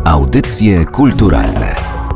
Audycje kulturalne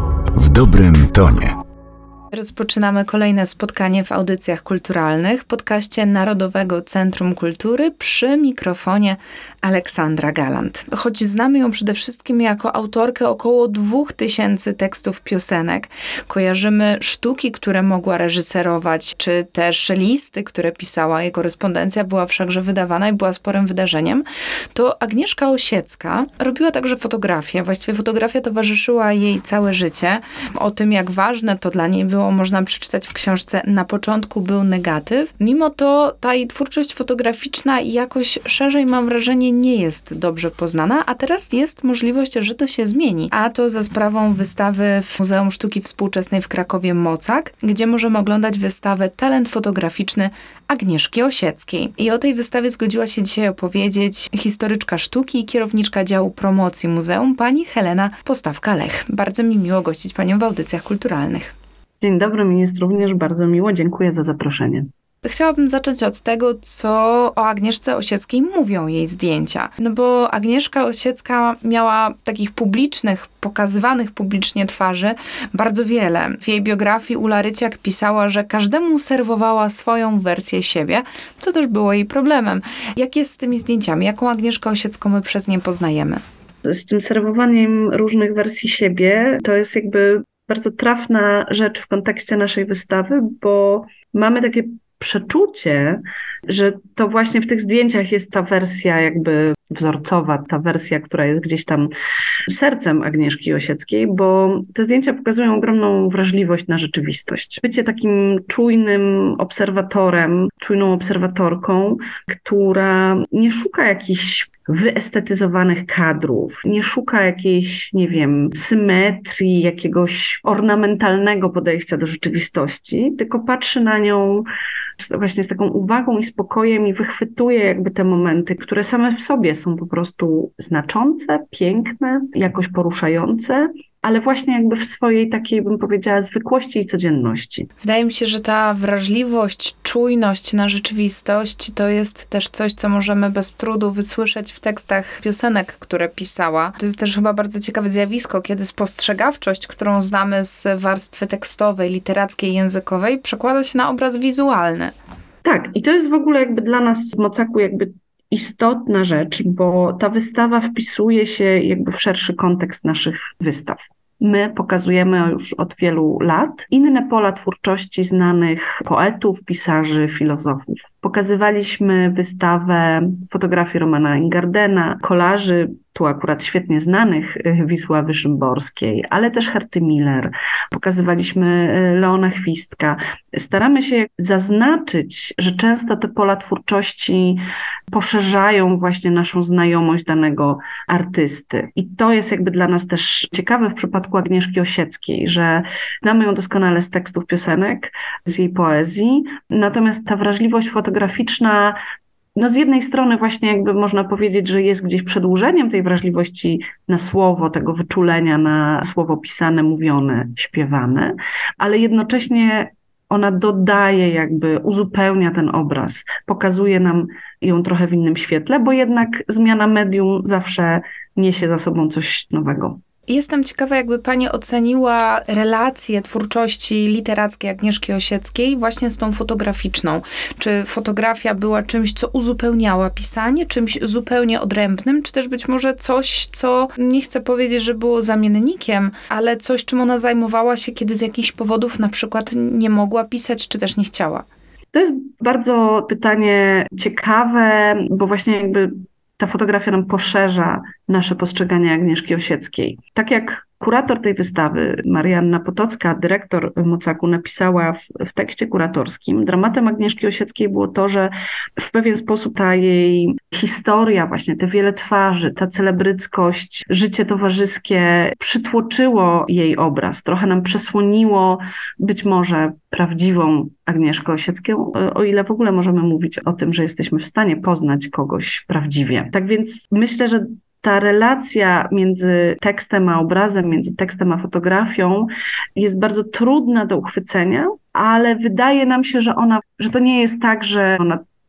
w dobrym tonie. Rozpoczynamy kolejne spotkanie w audycjach kulturalnych, podcaście Narodowego Centrum Kultury, przy mikrofonie Aleksandra Galant. Choć znamy ją przede wszystkim jako autorkę około 2000 tekstów piosenek, kojarzymy sztuki, które mogła reżyserować, czy też listy, które pisała. Jej korespondencja była wszakże wydawana i była sporym wydarzeniem. To Agnieszka Osiecka robiła także fotografię. Właściwie fotografia towarzyszyła jej całe życie. O tym, jak ważne to dla niej było, można przeczytać w książce Na początku był negatyw. Mimo to ta jej twórczość fotograficzna jakoś szerzej, mam wrażenie, nie jest dobrze poznana, a teraz jest możliwość, że to się zmieni. A to za sprawą wystawy w Muzeum Sztuki Współczesnej w Krakowie Mocak, gdzie możemy oglądać wystawę Talent fotograficzny Agnieszki Osieckiej. I o tej wystawie zgodziła się dzisiaj opowiedzieć historyczka sztuki i kierowniczka działu promocji muzeum, pani Helena Postawka-Lech. Bardzo mi miło gościć panią w audycjach kulturalnych. Dzień dobry, mi jest również bardzo miło. Dziękuję za zaproszenie. Chciałabym zacząć od tego, co o Agnieszce Osieckiej mówią jej zdjęcia. No bo Agnieszka Osiecka miała takich publicznych, pokazywanych publicznie twarzy bardzo wiele. W jej biografii Ula Ryciak pisała, że każdemu serwowała swoją wersję siebie, co też było jej problemem. Jak jest z tymi zdjęciami? Jaką Agnieszkę Osiecką my przez nie poznajemy? Z tym serwowaniem różnych wersji siebie to jest jakby bardzo trafna rzecz w kontekście naszej wystawy, bo mamy takie przeczucie, że to właśnie w tych zdjęciach jest ta wersja jakby wzorcowa, ta wersja, która jest gdzieś tam sercem Agnieszki Osieckiej, bo te zdjęcia pokazują ogromną wrażliwość na rzeczywistość. Bycie takim czujnym obserwatorem, czujną obserwatorką, która nie szuka jakichś wyestetyzowanych kadrów, nie szuka jakiejś, nie wiem, symetrii, jakiegoś ornamentalnego podejścia do rzeczywistości, tylko patrzy na nią właśnie z taką uwagą i spokojem i wychwytuje jakby te momenty, które same w sobie są po prostu znaczące, piękne, jakoś poruszające, ale właśnie jakby w swojej takiej, bym powiedziała, zwykłości i codzienności. Wydaje mi się, że ta wrażliwość, czujność na rzeczywistość to jest też coś, co możemy bez trudu wysłyszeć w tekstach piosenek, które pisała. To jest też chyba bardzo ciekawe zjawisko, kiedy spostrzegawczość, którą znamy z warstwy tekstowej, literackiej, językowej, przekłada się na obraz wizualny. Tak, i to jest w ogóle jakby dla nas w Mocaku jakby istotna rzecz, bo ta wystawa wpisuje się jakby w szerszy kontekst naszych wystaw. My pokazujemy już od wielu lat inne pola twórczości znanych poetów, pisarzy, filozofów. Pokazywaliśmy wystawę fotografii Romana Ingardena, kolaży, tu akurat świetnie znanych, Wisławy Szymborskiej, ale też Herty Miller. Pokazywaliśmy Leona Chwistka. Staramy się zaznaczyć, że często te pola twórczości poszerzają właśnie naszą znajomość danego artysty. I to jest jakby dla nas też ciekawe w przypadku Agnieszki Osieckiej, że znamy ją doskonale z tekstów piosenek, z jej poezji, natomiast ta wrażliwość fotograficzna z jednej strony właśnie jakby można powiedzieć, że jest gdzieś przedłużeniem tej wrażliwości na słowo, tego wyczulenia na słowo pisane, mówione, śpiewane, ale jednocześnie ona dodaje jakby, uzupełnia ten obraz, pokazuje nam ją trochę w innym świetle, bo jednak zmiana medium zawsze niesie za sobą coś nowego. Jestem ciekawa, jakby pani oceniła relację twórczości literackiej Agnieszki Osieckiej właśnie z tą fotograficzną. Czy fotografia była czymś, co uzupełniała pisanie, czymś zupełnie odrębnym, czy też być może coś, co nie chcę powiedzieć, że było zamiennikiem, ale coś, czym ona zajmowała się, kiedy z jakichś powodów na przykład nie mogła pisać, czy też nie chciała? To jest bardzo pytanie ciekawe, bo właśnie jakby ta fotografia nam poszerza nasze postrzeganie Agnieszki Osieckiej. Tak jak kurator tej wystawy, Marianna Potocka, dyrektor Mocaku, napisała w tekście kuratorskim, dramatem Agnieszki Osieckiej było to, że w pewien sposób ta jej historia, właśnie te wiele twarzy, ta celebryckość, życie towarzyskie przytłoczyło jej obraz, trochę nam przesłoniło być może prawdziwą Agnieszkę Osiecką, o ile w ogóle możemy mówić o tym, że jesteśmy w stanie poznać kogoś prawdziwie. Tak więc myślę, że ta relacja między tekstem a obrazem, między tekstem a fotografią jest bardzo trudna do uchwycenia, ale wydaje nam się, że to nie jest tak, że ona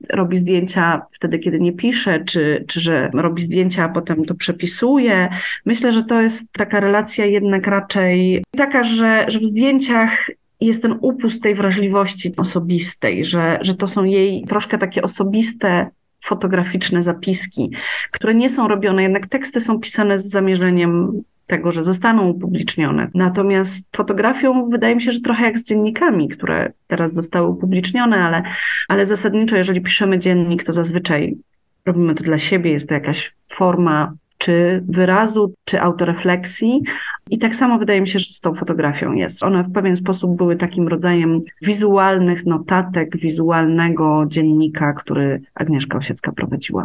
robi zdjęcia wtedy, kiedy nie pisze, czy że robi zdjęcia, a potem to przepisuje. Myślę, że to jest taka relacja jednak raczej taka, że w zdjęciach jest ten upust tej wrażliwości osobistej, że to są jej troszkę takie osobiste, fotograficzne zapiski, które nie są robione, jednak teksty są pisane z zamierzeniem tego, że zostaną upublicznione. Natomiast fotografią wydaje mi się, że trochę jak z dziennikami, które teraz zostały upublicznione, ale zasadniczo, jeżeli piszemy dziennik, to zazwyczaj robimy to dla siebie, jest to jakaś forma czy wyrazu, czy autorefleksji. I tak samo wydaje mi się, że z tą fotografią jest. One w pewien sposób były takim rodzajem wizualnych notatek, wizualnego dziennika, który Agnieszka Osiecka prowadziła.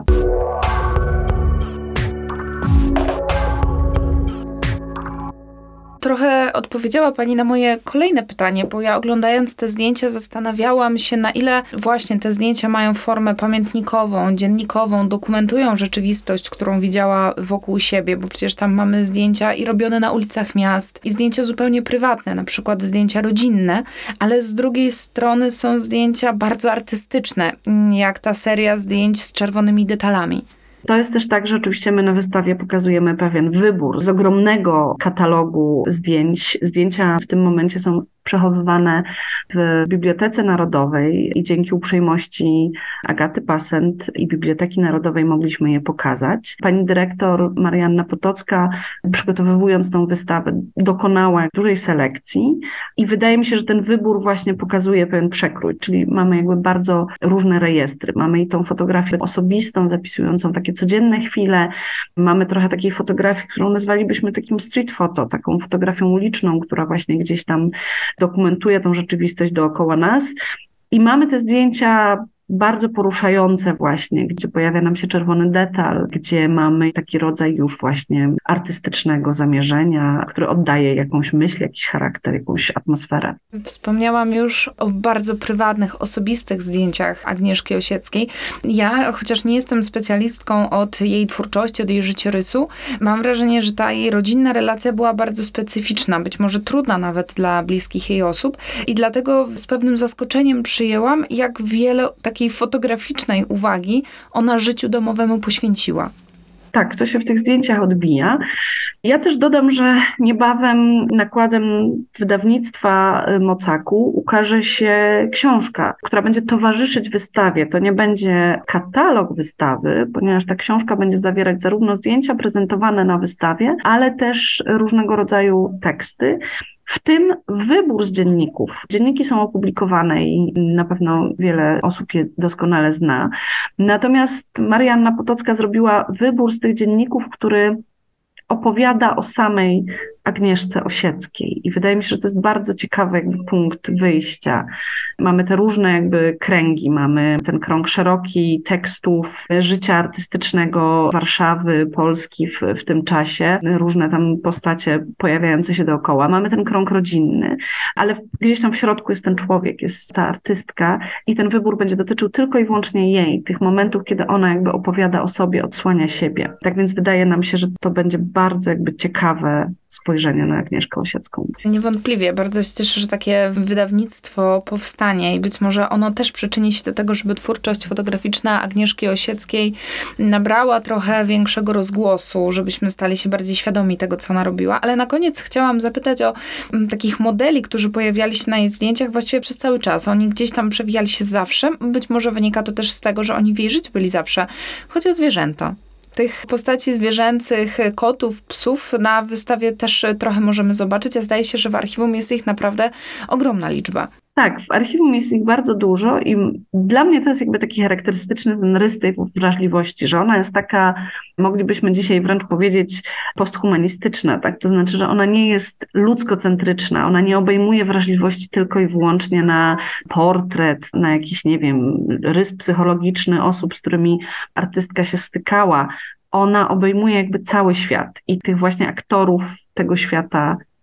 Trochę odpowiedziała Pani na moje kolejne pytanie, bo ja oglądając te zdjęcia zastanawiałam się, na ile właśnie te zdjęcia mają formę pamiętnikową, dziennikową, dokumentują rzeczywistość, którą widziała wokół siebie, bo przecież tam mamy zdjęcia i robione na ulicach miast, i zdjęcia zupełnie prywatne, na przykład zdjęcia rodzinne, ale z drugiej strony są zdjęcia bardzo artystyczne, jak ta seria zdjęć z czerwonymi detalami. To jest też tak, że oczywiście my na wystawie pokazujemy pewien wybór z ogromnego katalogu zdjęć. Zdjęcia w tym momencie są przechowywane w Bibliotece Narodowej i dzięki uprzejmości Agaty Passent i Biblioteki Narodowej mogliśmy je pokazać. Pani dyrektor Marianna Potocka, przygotowując tą wystawę, dokonała dużej selekcji i wydaje mi się, że ten wybór właśnie pokazuje pewien przekrój, czyli mamy jakby bardzo różne rejestry. Mamy i tą fotografię osobistą, zapisującą takie codzienne chwile. Mamy trochę takiej fotografii, którą nazwalibyśmy takim street photo, taką fotografią uliczną, która właśnie gdzieś tam dokumentuje tą rzeczywistość dookoła nas. I mamy te zdjęcia bardzo poruszające właśnie, gdzie pojawia nam się czerwony detal, gdzie mamy taki rodzaj już właśnie artystycznego zamierzenia, który oddaje jakąś myśl, jakiś charakter, jakąś atmosferę. Wspomniałam już o bardzo prywatnych, osobistych zdjęciach Agnieszki Osieckiej. Ja, chociaż nie jestem specjalistką od jej twórczości, od jej życiorysu, mam wrażenie, że ta jej rodzinna relacja była bardzo specyficzna, być może trudna nawet dla bliskich jej osób i dlatego z pewnym zaskoczeniem przyjęłam, jak wiele takiej fotograficznej uwagi ona życiu domowemu poświęciła. Tak, to się w tych zdjęciach odbija. Ja też dodam, że niebawem nakładem wydawnictwa Mocaku ukaże się książka, która będzie towarzyszyć wystawie. To nie będzie katalog wystawy, ponieważ ta książka będzie zawierać zarówno zdjęcia prezentowane na wystawie, ale też różnego rodzaju teksty. W tym wybór z dzienników. Dzienniki są opublikowane i na pewno wiele osób je doskonale zna. Natomiast Marianna Potocka zrobiła wybór z tych dzienników, który opowiada o samej Agnieszce Osieckiej. I wydaje mi się, że to jest bardzo ciekawy jakby punkt wyjścia. Mamy te różne jakby kręgi, mamy ten krąg szeroki tekstów życia artystycznego Warszawy, Polski w tym czasie, różne tam postacie pojawiające się dookoła. Mamy ten krąg rodzinny, ale gdzieś tam w środku jest ten człowiek, jest ta artystka i ten wybór będzie dotyczył tylko i wyłącznie jej, tych momentów, kiedy ona jakby opowiada o sobie, odsłania siebie. Tak więc wydaje nam się, że to będzie bardzo jakby ciekawe spojrzenie na Agnieszkę Osiecką. Niewątpliwie. Bardzo się cieszę, że takie wydawnictwo powstanie i być może ono też przyczyni się do tego, żeby twórczość fotograficzna Agnieszki Osieckiej nabrała trochę większego rozgłosu, żebyśmy stali się bardziej świadomi tego, co ona robiła. Ale na koniec chciałam zapytać o takich modeli, którzy pojawiali się na jej zdjęciach właściwie przez cały czas. Oni gdzieś tam przewijali się zawsze. Być może wynika to też z tego, że oni w jej życiu byli zawsze. Chodzi o zwierzęta. Tych postaci zwierzęcych, kotów, psów na wystawie też trochę możemy zobaczyć, a zdaje się, że w archiwum jest ich naprawdę ogromna liczba. Tak, w archiwum jest ich bardzo dużo i dla mnie to jest jakby taki charakterystyczny ten rys tej wrażliwości, że ona jest taka, moglibyśmy dzisiaj wręcz powiedzieć, posthumanistyczna, tak? To znaczy, że ona nie jest ludzkocentryczna, ona nie obejmuje wrażliwości tylko i wyłącznie na portret, na jakiś, nie wiem, rys psychologiczny osób, z którymi artystka się stykała. Ona obejmuje jakby cały świat i tych właśnie aktorów tego świata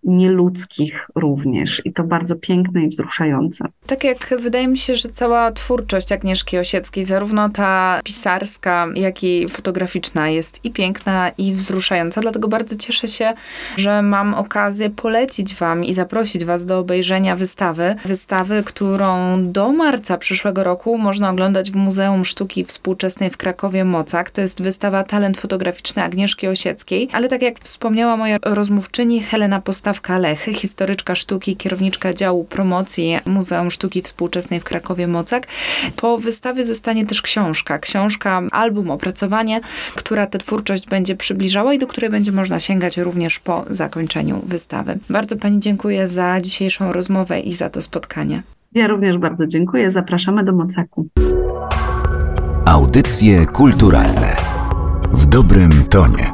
nieludzkich również. I to bardzo piękne i wzruszające. Tak jak wydaje mi się, że cała twórczość Agnieszki Osieckiej, zarówno ta pisarska, jak i fotograficzna jest i piękna, i wzruszająca. Dlatego bardzo cieszę się, że mam okazję polecić wam i zaprosić was do obejrzenia wystawy, którą do marca przyszłego roku można oglądać w Muzeum Sztuki Współczesnej w Krakowie Mocak. To jest wystawa Talent fotograficzny Agnieszki Osieckiej, ale tak jak wspomniała moja rozmówczyni Helena Postawka-Lechy, historyczka sztuki, kierowniczka działu promocji Muzeum Sztuki Współczesnej w Krakowie Mocak. Po wystawie zostanie też książka, album, opracowanie, która tę twórczość będzie przybliżała i do której będzie można sięgać również po zakończeniu wystawy. Bardzo pani dziękuję za dzisiejszą rozmowę i za to spotkanie. Ja również bardzo dziękuję. Zapraszamy do Mocaku. Audycje kulturalne w dobrym tonie.